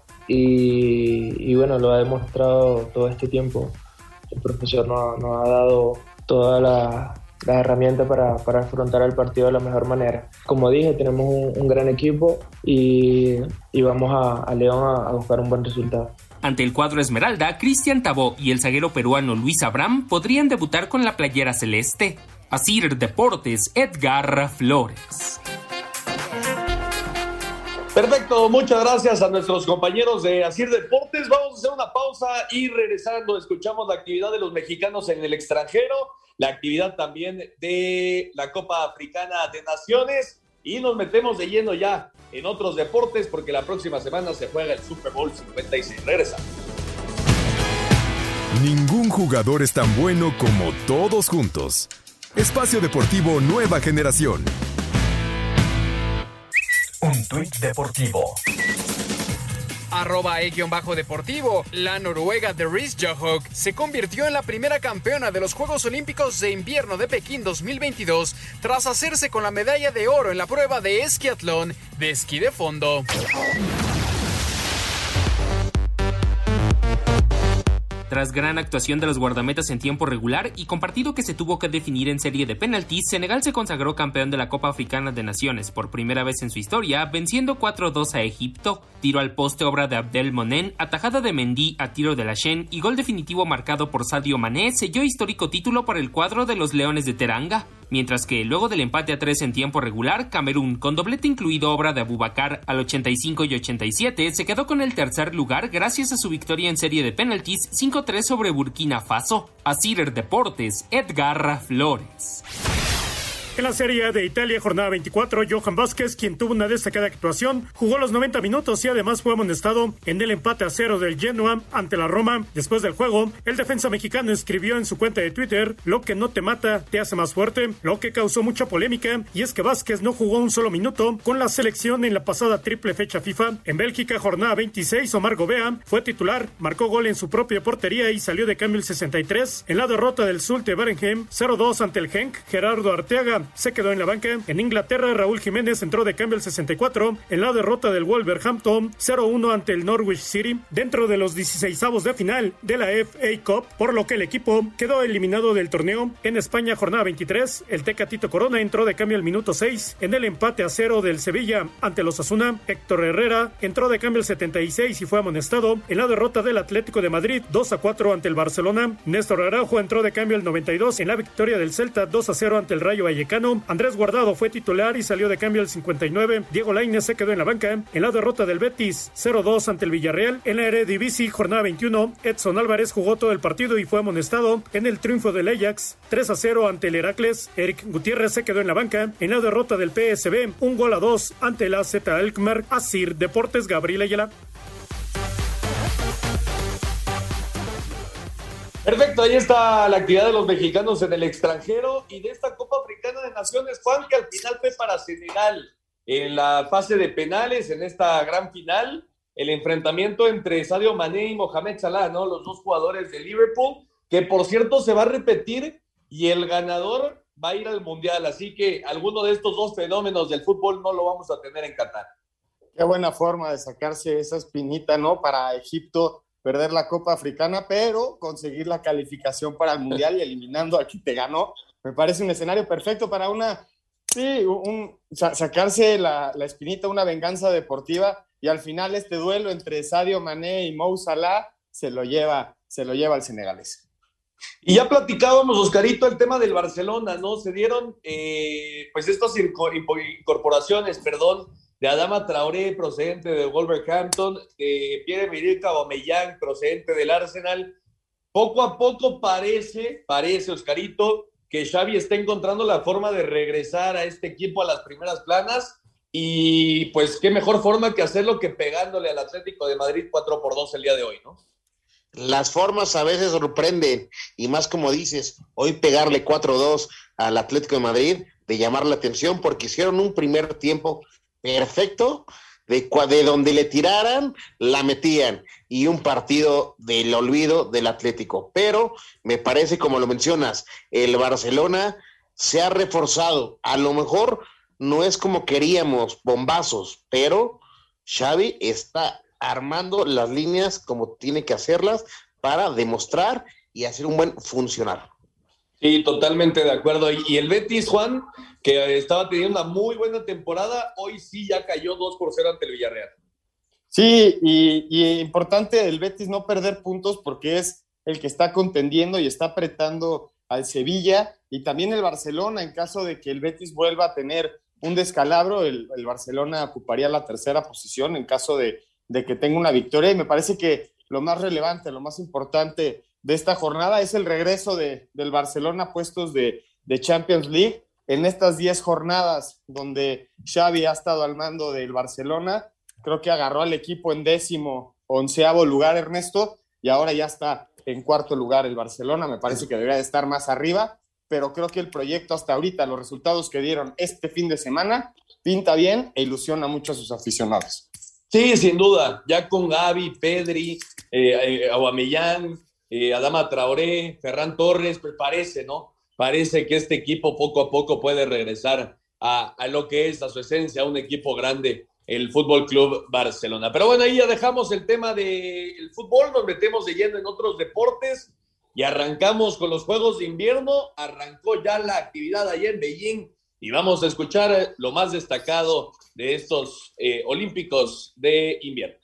y, y bueno, lo ha demostrado todo este tiempo. El profesor nos, nos ha dado todas las la herramientas para, para afrontar el partido de la mejor manera. Como dije, tenemos un, un gran equipo y, y vamos a, a León a, a buscar un buen resultado. Ante el cuadro Esmeralda, Cristian Tabó y el zaguero peruano Luis Abraham podrían debutar con la playera celeste. Asir Deportes, Edgar Flores. Perfecto, muchas gracias a nuestros compañeros de Asir Deportes. Vamos a hacer una pausa y regresando escuchamos la actividad de los mexicanos en el extranjero, la actividad también de la Copa Africana de Naciones y nos metemos de lleno ya en otros deportes porque la próxima semana se juega el Super Bowl cincuenta y seis. Regresamos. Ningún jugador es tan bueno como todos juntos. Espacio Deportivo Nueva Generación. Un tuit deportivo. Arroba E-deportivo. La noruega de Ris Johaug se convirtió en la primera campeona de los Juegos Olímpicos de Invierno de Pekín dos mil veintidós tras hacerse con la medalla de oro en la prueba de esquiatlón de esquí de fondo. Tras gran actuación de los guardametas en tiempo regular y con partido que se tuvo que definir en serie de penaltis, Senegal se consagró campeón de la Copa Africana de Naciones por primera vez en su historia, venciendo cuatro dos a Egipto. Tiro al poste obra de Abdel Monen, atajada de Mendy a tiro de la Shen y gol definitivo marcado por Sadio Mané selló histórico título para el cuadro de los Leones de Teranga. Mientras que luego del empate a tres en tiempo regular, Camerún, con doblete incluido obra de Abubakar al ochenta y cinco y ochenta y siete, se quedó con el tercer lugar gracias a su victoria en serie de penaltis cinco tres sobre Burkina Faso. Asir Deportes, Edgar Flores. En la Serie A de Italia, jornada veinticuatro, Johan Vázquez, quien tuvo una destacada actuación, jugó los noventa minutos y además fue amonestado en el empate a cero del Genoa ante la Roma. Después del juego, el defensa mexicano escribió en su cuenta de Twitter: "Lo que no te mata te hace más fuerte", lo que causó mucha polémica, y es que Vázquez no jugó un solo minuto con la selección en la pasada triple fecha FIFA. En Bélgica, jornada veintiséis, Omar Gobea fue titular, marcó gol en su propia portería y salió de cambio el sesenta y tres. En la derrota del Zulte Waregem cero dos ante el Genk, Gerardo Arteaga se quedó en la banca. En Inglaterra, Raúl Jiménez entró de cambio el sesenta y cuatro en la derrota del Wolverhampton cero uno ante el Norwich City dentro de los dieciseisavos de final de la F A Cup, por lo que el equipo quedó eliminado del torneo. En España, jornada veintitrés, el Tecatito Corona entró de cambio al minuto seis en el empate a cero del Sevilla ante los Osasuna. Héctor Herrera entró de cambio el setenta y seis y fue amonestado en la derrota del Atlético de Madrid dos a cuatro ante el Barcelona. Néstor Araujo entró de cambio el noventa y dos en la victoria del Celta dos a cero ante el Rayo Vallecano. Andrés Guardado fue titular y salió de cambio al cincuenta y nueve. Diego Lainez se quedó en la banca en la derrota del Betis cero dos ante el Villarreal. En la Eredivisie, jornada veintiuno, Edson Álvarez jugó todo el partido y fue amonestado en el triunfo del Ajax tres a cero ante el Heracles. Eric Gutiérrez se quedó en la banca en la derrota del P S V un gol a dos ante el A Z Alkmaar. Asir Deportes, Gabriel Ayala. Perfecto, ahí está la actividad de los mexicanos en el extranjero y de esta Copa Africana de Naciones, Juan, que al final fue para Senegal en la fase de penales, en esta gran final, el enfrentamiento entre Sadio Mané y Mohamed Salah, ¿no? Los dos jugadores de Liverpool, que por cierto se va a repetir y el ganador va a ir al Mundial, así que alguno de estos dos fenómenos del fútbol no lo vamos a tener en Qatar. Qué buena forma de sacarse esa espinita, ¿no? Para Egipto perder la Copa Africana, pero conseguir la calificación para el Mundial y eliminando al que te ganó. Me parece un escenario perfecto para una, sí, un, sacarse la, la espinita, una venganza deportiva, y al final este duelo entre Sadio Mané y Mo Salah se lo lleva, se lo lleva al senegalés. Y ya platicábamos, Oscarito, el tema del Barcelona, ¿no? Se dieron eh, pues estas incorporaciones, perdón, de Adama Traoré, procedente de Wolverhampton, de Pierre-Emerick Aubameyang, procedente del Arsenal. Poco a poco parece, parece, Oscarito, que Xavi está encontrando la forma de regresar a este equipo a las primeras planas, y pues qué mejor forma que hacerlo que pegándole al Atlético de Madrid cuatro por dos el día de hoy, ¿no? Las formas a veces sorprenden, y más como dices, hoy pegarle cuatro dos al Atlético de Madrid, de llamar la atención, porque hicieron un primer tiempo perfecto, de, de donde le tiraran, la metían, y un partido del olvido del Atlético. Pero me parece, como lo mencionas, el Barcelona se ha reforzado. A lo mejor no es como queríamos, bombazos, pero Xavi está armando las líneas como tiene que hacerlas para demostrar y hacer un buen funcionar. Sí, totalmente de acuerdo. Y el Betis, Juan, que estaba teniendo una muy buena temporada, hoy sí ya cayó dos por cero ante el Villarreal. Sí, y, y importante el Betis no perder puntos, porque es el que está contendiendo y está apretando al Sevilla, y también el Barcelona. En caso de que el Betis vuelva a tener un descalabro, el, el Barcelona ocuparía la tercera posición en caso de, de que tenga una victoria. Y me parece que lo más relevante, lo más importante de esta jornada es el regreso de, del Barcelona a puestos de, de Champions League. En estas diez jornadas donde Xavi ha estado al mando del Barcelona, creo que agarró al equipo en décimo, onceavo lugar, Ernesto, y ahora ya está en cuarto lugar el Barcelona. Me parece que debería de estar más arriba, pero creo que el proyecto hasta ahorita, los resultados que dieron este fin de semana, pinta bien e ilusiona mucho a sus aficionados. Sí, sin duda, ya con Gavi, Pedri, eh, eh, Aubameyang, eh, Adama Traoré, Ferran Torres, pues parece, ¿no? Parece que este equipo poco a poco puede regresar a, a lo que es, a su esencia, un equipo grande, el Fútbol Club Barcelona. Pero bueno, ahí ya dejamos el tema del fútbol, nos metemos de lleno en otros deportes y arrancamos con los Juegos de Invierno. Arrancó ya la actividad allá en Beijing y vamos a escuchar lo más destacado de estos eh, Olímpicos de Invierno.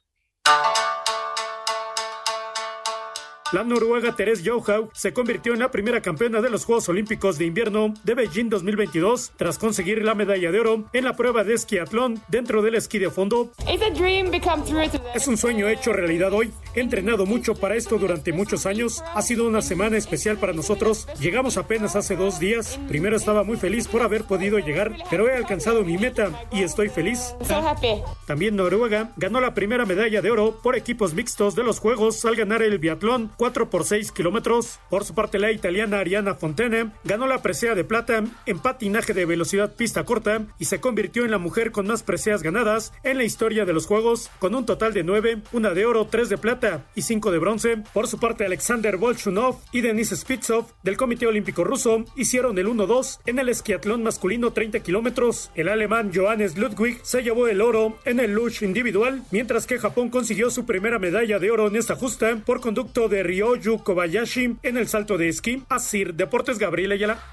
La noruega Therese Johaug se convirtió en la primera campeona de los Juegos Olímpicos de Invierno de Beijing dos mil veintidós tras conseguir la medalla de oro en la prueba de esquiatlón dentro del esquí de fondo. Es un sueño hecho realidad hoy. He entrenado mucho para esto durante muchos años. Ha sido una semana especial para nosotros. Llegamos apenas hace dos días. Primero estaba muy feliz por haber podido llegar, pero he alcanzado mi meta y estoy feliz. También Noruega ganó la primera medalla de oro por equipos mixtos de los Juegos al ganar el biatlón cuatro por seis kilómetros. Por su parte, la italiana Ariana Fontana ganó la presea de plata en patinaje de velocidad pista corta y se convirtió en la mujer con más preseas ganadas en la historia de los Juegos, con un total de nueve, una de oro, tres de plata y cinco de bronce. Por su parte, Alexander Bolshunov y Denis Spitsov del Comité Olímpico Ruso hicieron el uno dos en el esquiatlón masculino treinta kilómetros. El alemán Johannes Ludwig se llevó el oro en el luge individual, mientras que Japón consiguió su primera medalla de oro en esta justa por conducto de Ryoyu Kobayashi en el salto de esquí. Asir Deportes, Gabriel Ayala.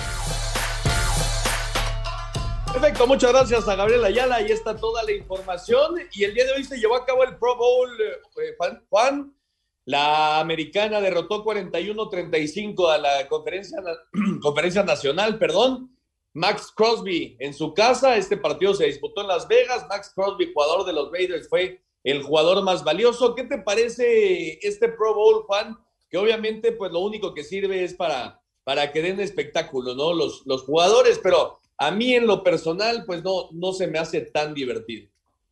Perfecto, muchas gracias a Gabriel Ayala. Ahí está toda la información. Y el día de hoy se llevó a cabo el Pro Bowl. Eh, Juan, Juan, la americana derrotó cuarenta y uno a treinta y cinco a la conferencia, conferencia nacional, perdón. Max Crosby en su casa. Este partido se disputó en Las Vegas. Max Crosby, jugador de los Raiders, fue el jugador más valioso. ¿Qué te parece este Pro Bowl, Juan? Que obviamente pues lo único que sirve es para, para que den espectáculo, ¿no? Los, los jugadores, pero a mí en lo personal pues no, no se me hace tan divertido.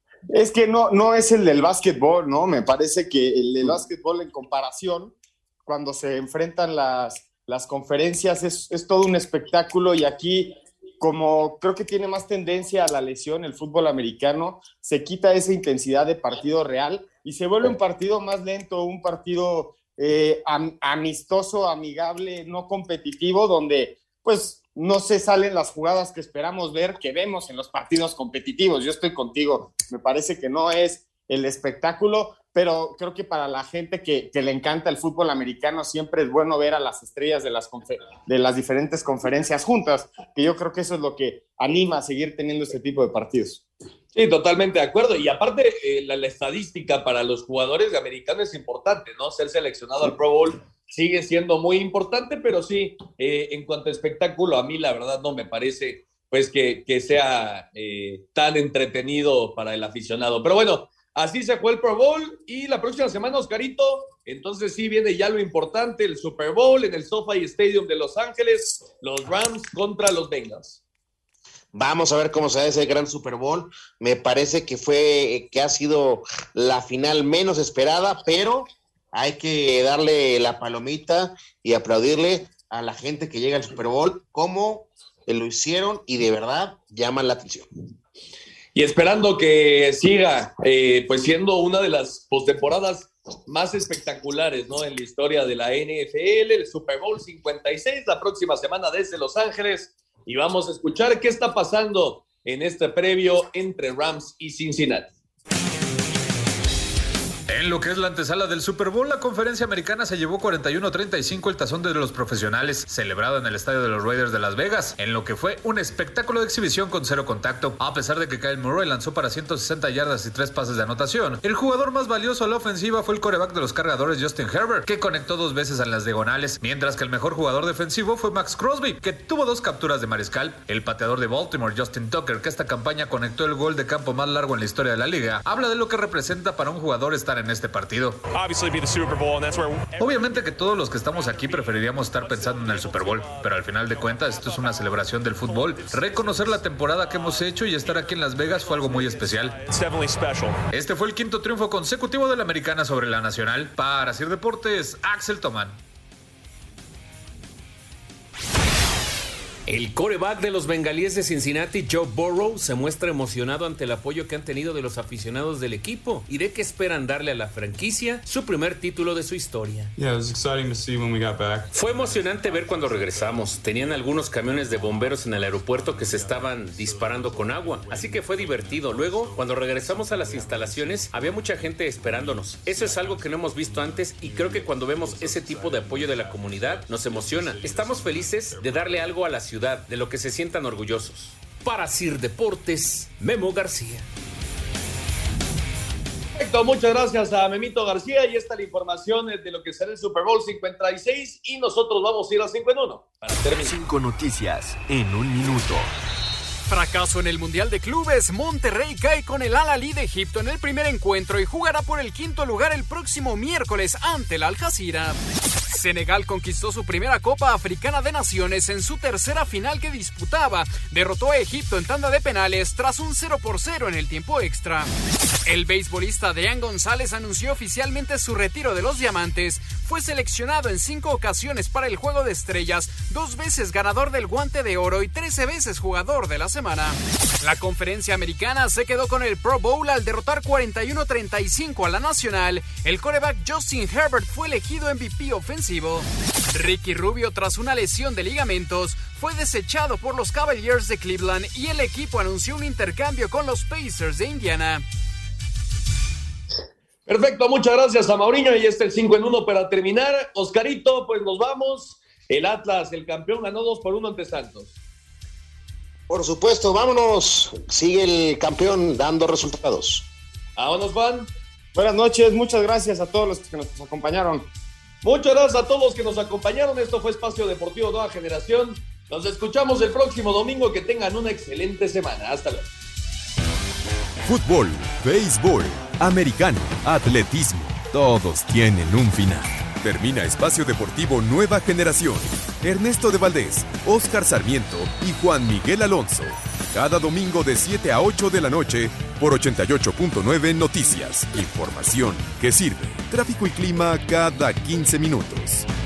Es que no, no es el del básquetbol, ¿no? Me parece que el del básquetbol en comparación, cuando se enfrentan las, las conferencias, es, es todo un espectáculo y aquí, como creo que tiene más tendencia a la lesión el fútbol americano, se quita esa intensidad de partido real y se vuelve un partido más lento, un partido eh, am, amistoso, amigable, no competitivo, donde pues no se salen las jugadas que esperamos ver, que vemos en los partidos competitivos. Yo estoy contigo, me parece que no es el espectáculo, pero creo que para la gente que, que le encanta el fútbol americano siempre es bueno ver a las estrellas de las, confer- de las diferentes conferencias juntas, que yo creo que eso es lo que anima a seguir teniendo este tipo de partidos. Sí, totalmente de acuerdo. Y aparte, eh, la, la estadística para los jugadores americanos es importante, ¿no? Ser seleccionado al Pro Bowl sigue siendo muy importante, pero sí, eh, en cuanto a espectáculo, a mí la verdad no me parece pues que, que sea eh, tan entretenido para el aficionado. Pero bueno, así se fue el Pro Bowl y la próxima semana, Oscarito, entonces sí viene ya lo importante, el Super Bowl en el SoFi Stadium de Los Ángeles, los Rams contra los Bengals. Vamos a ver cómo se da ese gran Super Bowl. Me parece que fue, que ha sido la final menos esperada, pero hay que darle la palomita y aplaudirle a la gente que llega al Super Bowl, como lo hicieron y de verdad llaman la atención. Y esperando que siga eh, pues siendo una de las postemporadas más espectaculares, ¿no? En la historia de la N F L, el Super Bowl cincuenta y seis, la próxima semana desde Los Ángeles. Y vamos a escuchar qué está pasando en este previo entre Rams y Cincinnati. En lo que es la antesala del Super Bowl, la conferencia americana se llevó cuarenta y uno a treinta y cinco el tazón de los profesionales, celebrado en el estadio de los Raiders de Las Vegas, en lo que fue un espectáculo de exhibición con cero contacto. A pesar de que Kyle Murray lanzó para ciento sesenta yardas y tres pases de anotación, el jugador más valioso a la ofensiva fue el quarterback de los cargadores Justin Herbert, que conectó dos veces en las diagonales, mientras que el mejor jugador defensivo fue Max Crosby, que tuvo dos capturas de mariscal. El pateador de Baltimore, Justin Tucker, que esta campaña conectó el gol de campo más largo en la historia de la liga, habla de lo que representa para un jugador estar en este partido. Obviamente que todos los que estamos aquí preferiríamos estar pensando en el Super Bowl, pero al final de cuentas esto es una celebración del fútbol. Reconocer la temporada que hemos hecho y estar aquí en Las Vegas fue algo muy especial. Este fue el quinto triunfo consecutivo de la americana sobre la nacional. Para Sir Deportes, Axel Tomán. El quarterback de los bengalíes de Cincinnati, Joe Burrow, se muestra emocionado ante el apoyo que han tenido de los aficionados del equipo y de que esperan darle a la franquicia su primer título de su historia. Yeah, it was exciting to see when we got back. Fue emocionante ver cuando regresamos. Tenían algunos camiones de bomberos en el aeropuerto que se estaban disparando con agua, así que fue divertido. Luego, cuando regresamos a las instalaciones, había mucha gente esperándonos. Eso es algo que no hemos visto antes y creo que cuando vemos ese tipo de apoyo de la comunidad, nos emociona. Estamos felices de darle algo a la ciudad, de lo que se sientan orgullosos. Para Sir Deportes, Memo García. Perfecto, muchas gracias a Memito García, y esta es la información de lo que será el Super Bowl cincuenta y seis, y nosotros vamos a ir a cinco en uno para terminar. Cinco noticias en un minuto. Fracaso en el Mundial de Clubes. Monterrey cae con el Al-Ahly de Egipto en el primer encuentro y jugará por el quinto lugar el próximo miércoles ante el Al-Jazeera. Senegal conquistó su primera Copa Africana de Naciones en su tercera final que disputaba. Derrotó a Egipto en tanda de penales tras un cero por cero en el tiempo extra. El beisbolista Dean González anunció oficialmente su retiro de los Diamantes. Fue seleccionado en cinco ocasiones para el Juego de Estrellas, dos veces ganador del Guante de Oro y trece veces jugador de la semana. La Conferencia Americana se quedó con el Pro Bowl al derrotar cuarenta y uno a treinta y cinco a la Nacional. El quarterback Justin Herbert fue elegido M V P ofensivo. Ricky Rubio, tras una lesión de ligamentos, fue desechado por los Cavaliers de Cleveland y el equipo anunció un intercambio con los Pacers de Indiana. Perfecto, muchas gracias a Mauriño, y este es el cinco en uno para terminar. Oscarito, pues nos vamos. El Atlas, el campeón, ganó dos por uno ante Santos. Por supuesto, vámonos. Sigue el campeón dando resultados. Vámonos, Juan. Buenas noches, muchas gracias a todos los que nos acompañaron. Muchas gracias a todos los que nos acompañaron. Esto fue Espacio Deportivo Nueva Generación. Nos escuchamos el próximo domingo. Que tengan una excelente semana. Hasta luego. Fútbol, béisbol, americano, atletismo, todos tienen un final. Termina Espacio Deportivo Nueva Generación. Ernesto de Valdés, Óscar Sarmiento y Juan Miguel Alonso. Cada domingo de siete a ocho de la noche por ochenta y ocho punto nueve Noticias. Información que sirve. Tráfico y clima cada quince minutos.